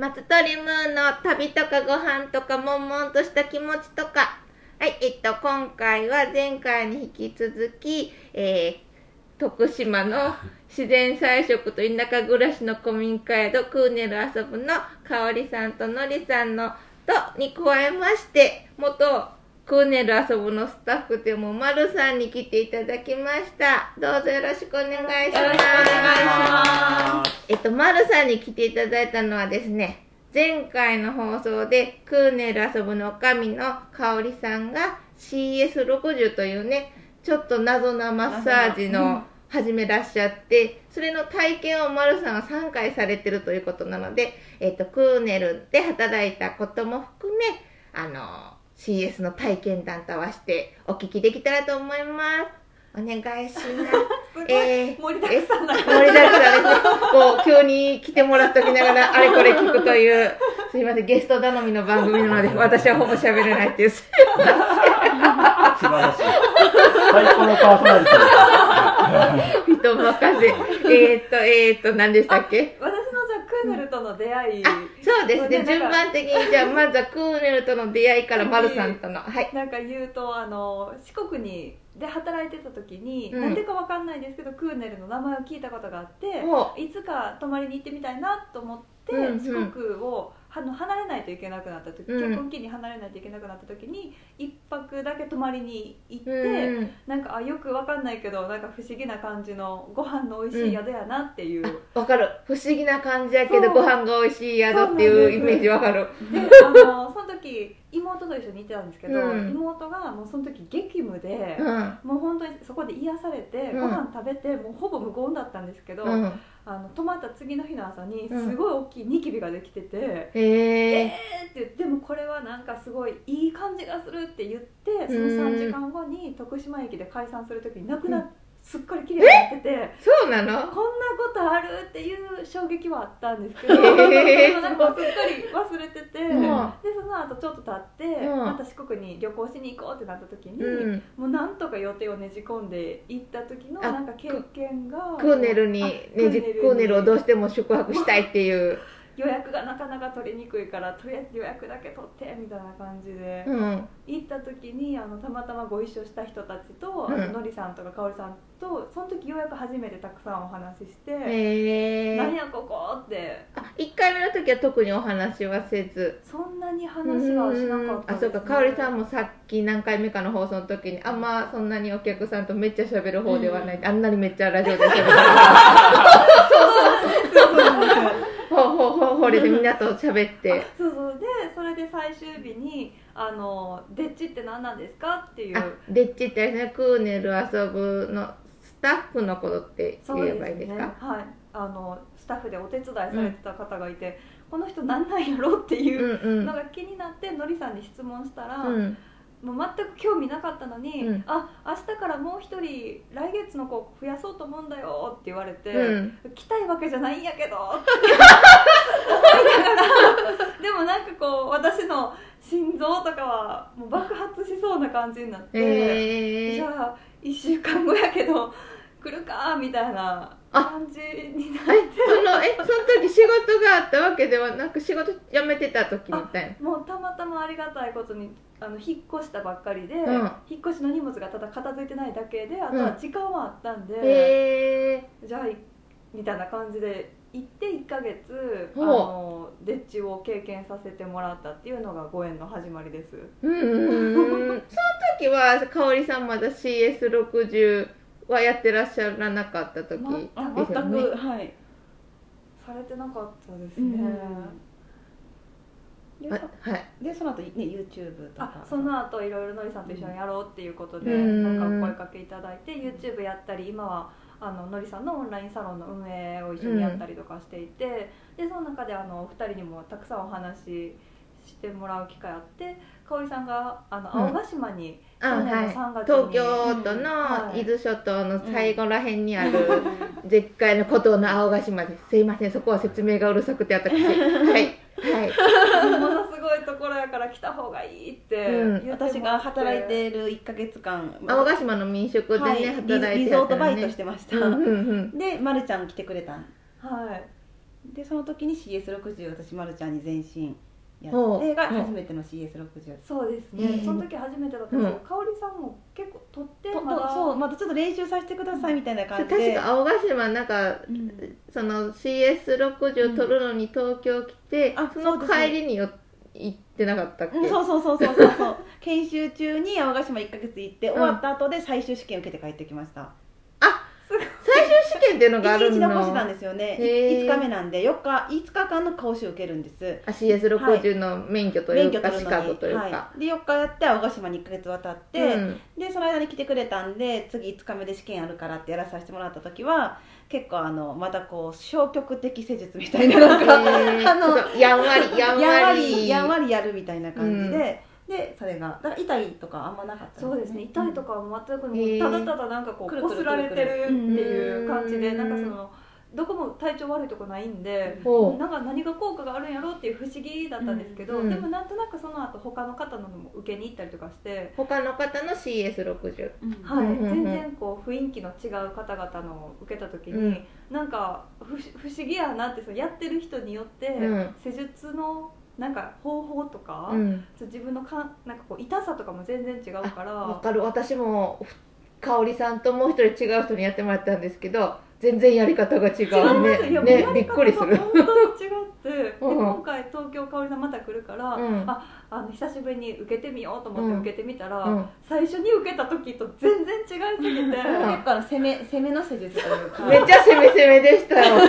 松鳥ムーンの旅とかご飯とか悶々とした気持ちとか。はい、今回は前回に引き続き、徳島の自然彩色と田舎暮らしの古民家宿クーネル遊ぶのかおりさんとのりさんのに加えまして、元クーネル遊ぶのスタッフでもまるさんに来ていただきました。どうぞよろしくお願いします。よろしくお願いします。まるさんに来ていただいたのはですね、前回の放送でクーネル遊ぶのおかみのかおりさんが CS60 というね、ちょっと謎なマッサージの始めらっしゃって、それの体験をまるさんは3回されてるということなので、クーネルで働いたことも含め、CS の体験談と合わせてお聞きできたらと思います。お願いします。 盛りだくさんだ。 盛りだくさんですね。こう、急に来てもらっときながら、あれこれ聞くという、すいません、ゲスト頼みの番組なので、私はほぼ喋れないっていう。素晴らしい。最高のパーソナリティ。 人任せ。何でしたっけ？ 私のじゃあ、クーネルとの出会い。 そうですね、順番的に、じゃあ、まずはクーネルとの出会いから、まるさんとの。はい。 なんか言うと、四国で働いてた時に、なんでかわかんないですけどクーネルの名前を聞いたことがあって、いつか泊まりに行ってみたいなと思って、四国を離れないといけなくなった時、結婚期に離れないといけなくなった時に一泊だけ泊まりに行って、なんかよくわかんないけどなんか不思議な感じのご飯の美味しい宿やなっていう、 わかる、不思議な感じやけどご飯が美味しい宿っていうイメージわかる。 でその時妹と一緒に行ってたんですけど、妹がもうその時激務で、もう本当にそこで癒されて、ご飯食べてもうほぼ無言だったんですけど、泊まった次の日の朝にすごい大きいニキビができてて、って言って、でもこれはなんかすごいいい感じがするって言って、その3時間後に徳島駅で解散する時になくなって、すっかり綺麗になってて、 そうなの？ こんなことあるっていう衝撃はあったんですけど、でもなんかすっかり忘れてて、でその後ちょっと経って、また四国に旅行しに行こうってなった時に、もうなんとか予定をねじ込んで行った時のなんか経験が、 クーネルをどうしても宿泊したいっていう予約がなかなか取りにくいからとりあえず予約だけ取ってみたいな感じで、行った時にたまたまご一緒した人たちと、のりさんとかかおりさんとその時ようやく初めてたくさんお話しして、何やここって。 1回目の時は特にお話はせず、 そんなに話はしなかったですね。 そうか、かおりさんもさっき何回目かの放送の時にあんまそんなにお客さんとめっちゃ喋る方ではない、あんなにめっちゃラジオで喋るこれでみんなと喋って、 そうで、それで最終日にデッチって何なんですかっていう。 デッチってですね、クーネル遊ぶのスタッフのことって言えばいいですか？ はい、スタッフでお手伝いされてた方がいて、この人何なんやろっていうのが気になってのりさんに質問したら、もう全く興味なかったのに、明日からもう一人来月の子増やそうと思うんだよって言われて、来たいわけじゃないんやけどって思いながら、でもなんかこう私の心臓とかはもう爆発しそうな感じになって、じゃあ1週間後やけど来るかみたいな感じになって、 その時仕事があったわけではなく、仕事辞めてた時みたいな。もうたまたまありがたいことに引っ越したばっかりで、引っ越しの荷物がただ片付いてないだけで、あとは時間はあったんで、じゃあみたいな感じで行って1ヶ月デッチを経験させてもらったっていうのがご縁の始まりです。 その時はかおりさんまだ CS60 はやってらっしゃらなかった時ですよね。 全く、はい、されてなかったですね。 でその後ね YouTube とか、 その後いろいろのりさんと一緒にやろうっていうことで、なんかお声かけいただいて YouTube やったり、今はのりさんのオンラインサロンの運営を一緒にやったりとかしていて、でその中でお二人にもたくさんお話ししてもらう機会あって、かおりさんが青ヶ島に去年の3月に、 東京都の伊豆諸島の最後らへんにある絶海の孤島の青ヶ島です。すいません、そこは説明がうるさくて私ものすごいところやから来た方がいいって言ってもらって、 私が働いている1ヶ月間青ヶ島の民宿でね、働いてリゾートバイトしてました。で、まるちゃん来てくれた。 でその時に CS60 私まるちゃんに全身やってが初めての CS60。 そうですね、その時初めてだったんですけど、香織さんも結構撮ってまたちょっと練習させてくださいみたいな感じで、 確か青ヶ島なんか、その CS60 撮るのに東京来て、その帰りに行ってなかったっけ？ そう研修中に青ヶ島1ヶ月行って終わった後で最終試験受けて帰ってきました。 最終試験っていうのがあるの？ 1日残しなんですよね。5日目なんで5日間の講習受けるんです。 CS60 の免許というか資格というか、 で4日やって青ヶ島に1ヶ月渡って、でその間に来てくれたんで次5日目で試験あるからってやらさせてもらった時は結構またこう消極的施術みたいなやんわりやるみたいな感じで。でそれがだから痛いとかあんまなかったそうですね、痛いとかは全くただただなんかこうこすられてるっていう感じで、なんかそのどこも体調悪いとこないんで、なんか何が効果があるんやろうっていう不思議だったんですけど、でもなんとなくその後他の方のも受けに行ったりとかして、 他の方の CS60、 はい、全然こう雰囲気の違う方々の受けた時に、なんか不思議やなって、そのやってる人によって施術のなんか方法とか、自分のなんかこう痛さとかも全然違うから。 わかる。私も香織さんともう一人違う人にやってもらったんですけど、全然やり方が違うね。びっくりする。 本当に違ってで今回東京香織さんまた来るから、久しぶりに受けてみようと思って受けてみたら、最初に受けた時と全然違いすぎて、 結構攻めの施術というかめっちゃ攻めでしたよ。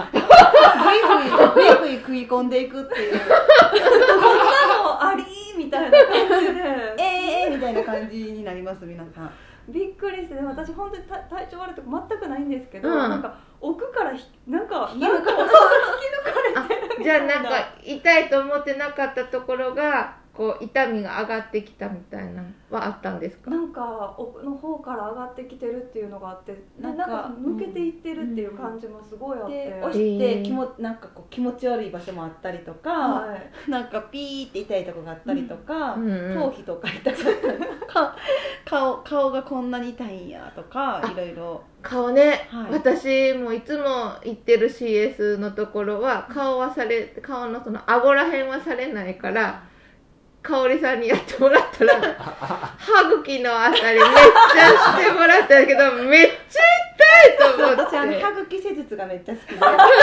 ぐいぐい食い込んでいくっていう、こんなのありみたいな感じでみたいな感じになります皆さん。 びっくりして、私本当に体調悪いとか全くないんですけど、なんか奥からなんか引き抜かれてる。 じゃあなんか痛いと思ってなかったところがこう痛みが上がってきたみたいなのはあったんですか？ なんか奥の方から上がってきてるっていうのがあって、なんか抜けていってるっていう感じもすごいあって、 押してなんかこう気持ち悪い場所もあったりとか、なんかピーって痛いとこがあったりとか、頭皮とか痛かったりとか、顔がこんなに痛いんやとか、いろいろ。 顔ね、私もいつも行ってる CS のところは顔のその顎らへんはされないから、香織さんにやってもらったら歯茎のあたりめっちゃしてもらったけどめっちゃ痛いと思って。 私歯茎施術がめっちゃ好きで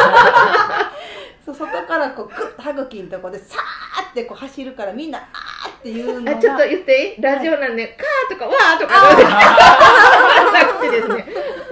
外からこうグッと歯茎のとこでさーってこう走るからみんなあーっていうのが。 ちょっと言っていい？ラジオなんでカーとかワーとかなくてですね、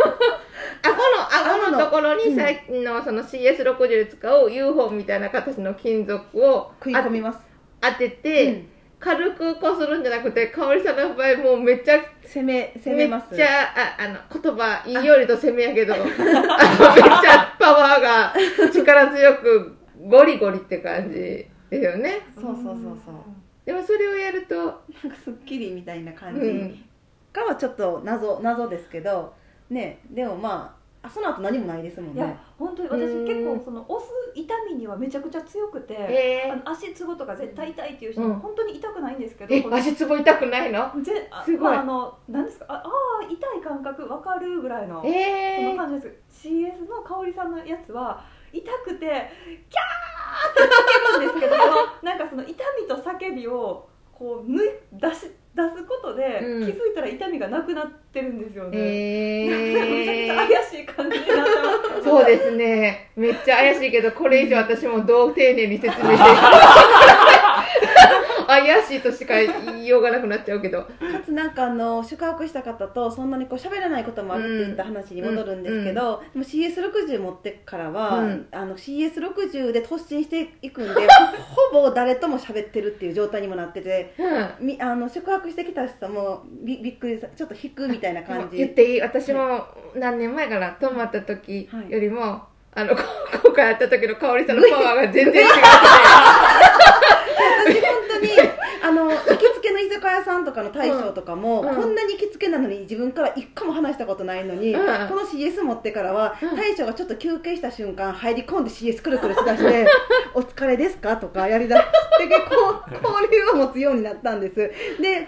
顎のところに最近のその CS60 で使う UFO みたいな形の金属を食い込みます。 当てて、軽くこするんじゃなくて、香織さんの場合もうめっちゃ攻めます。 めっちゃ言葉いいよりと攻めやけどめっちゃパワーが力強くゴリゴリって感じですよね。 そうでもそれをやるとなんかすっきりみたいな感じかはちょっと謎ですけどね。でもその後何もないですもんね。 いや本当に私結構その押す痛みにはめちゃくちゃ強くて、足つぼとか絶対痛いっていう人も本当に痛くないんですけど、 足つぼ痛くないの？ すごいなんですか、痛い感覚分かるぐらいの、その感じです。 CS の香織さんのやつは痛くてキャーって叫ぶんですけどなんかその痛みと叫びをこう出すことで、気づいたら痛みがなくなってるんですよね。めちゃくちゃ怪しい感じになってます。 そうですね、めっちゃ怪しいけどこれ以上私もどう丁寧に説明して怪しいとしか言いようがなくなっちゃうけど、かつなんか宿泊した方とそんなにこう喋らないこともあるっていった話に戻るんですけど、でも CS60 持ってからは、CS60 で突進していくんでほぼ誰とも喋ってるっていう状態にもなってて、宿泊してきた人もびっくりちょっと引くみたいな感じ。 言っていい？私も何年前かな泊まった時よりも、今回会った時の香織さんのパワーが全然違って私本当に行きつけの居酒屋さんとかの大将とかも、こんなに行きつけなのに自分から一回も話したことないのに、この CS 持ってからは、大将がちょっと休憩した瞬間入り込んで CS くるくるしだしてお疲れですかとかやりだして結構交流を持つようになったんです。でこんな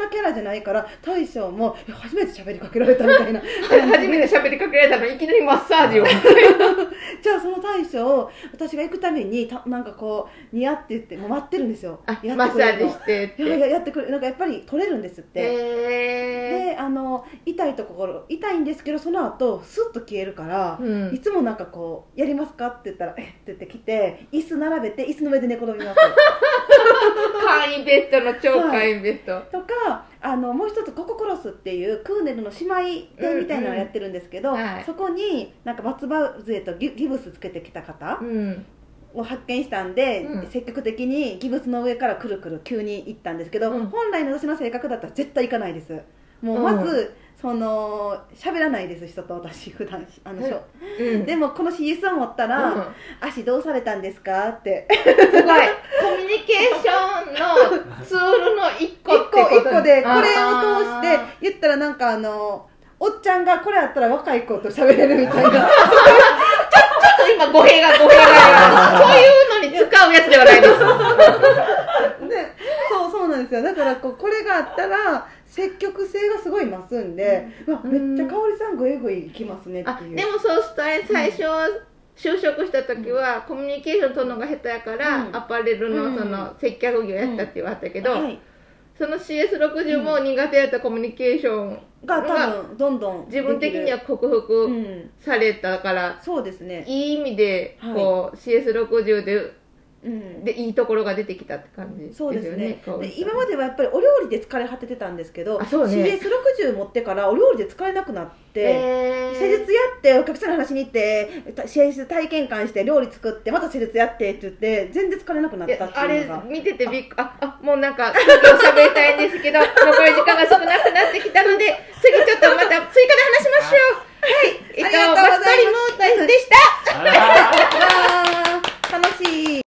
なキャラじゃないから大将も初めて喋りかけられたみたいな初めて喋りかけられたのいきなりマッサージをじゃあその大将私が行くためになんかこう似合って言ってもう待ってるんですよ。 マッサージしてってやってくれなんかやっぱり取れるんですって。で痛いところ痛いんですけどその後スッと消えるから、いつもなんかこうやりますかって言ったらって言ってきて椅子並べて椅子の上で寝転びます簡易ベッドの超簡易ベッド、 とかもう一つココクロスっていうクーネルの姉妹店みたいなのをやってるんですけど、そこになんか松葉杖とギブスつけてきた方を発見したんで、積極的にギブスの上からくるくる急に行ったんですけど、本来の私の性格だったら絶対行かないです。もうまず喋らないです人と私普段でもこの CS を持ったら、足どうされたんですかってすごいコミュニケーションのツールの一個ってことでこれを通して言ったらなんかおっちゃんがこれあったら若い子と喋れるみたいなちょっと今語弊がそういうのに使うやつではないですでそうなんですよ。だからこれがあったら積極性がすごい増すんで、めっちゃ香織さんグイグイいきますねっていう。 でもそうすると最初就職した時はコミュニケーション取るのが下手やから、アパレルのその接客業やったって言われたけど、その CS60 も苦手やったコミュニケーションが多分どんどん自分的には克服されたから、 そうですね、 いい意味でこう CS60 でいいところが出てきたって感じですよね。 そうですね。で今まではやっぱりお料理で疲れ果ててたんですけど、CS60 持ってからお料理で疲れなくなって、施術やってお客さんの話に行って施術体験館して料理作ってまた施術やってって言って全然疲れなくなったっていうのが、 あれ見ててもうなんか次を喋りたいんですけど残り時間が少なくなってきたので次ちょっとまた追加で話しましょう。はい、バストリムータイフでした。 楽しい。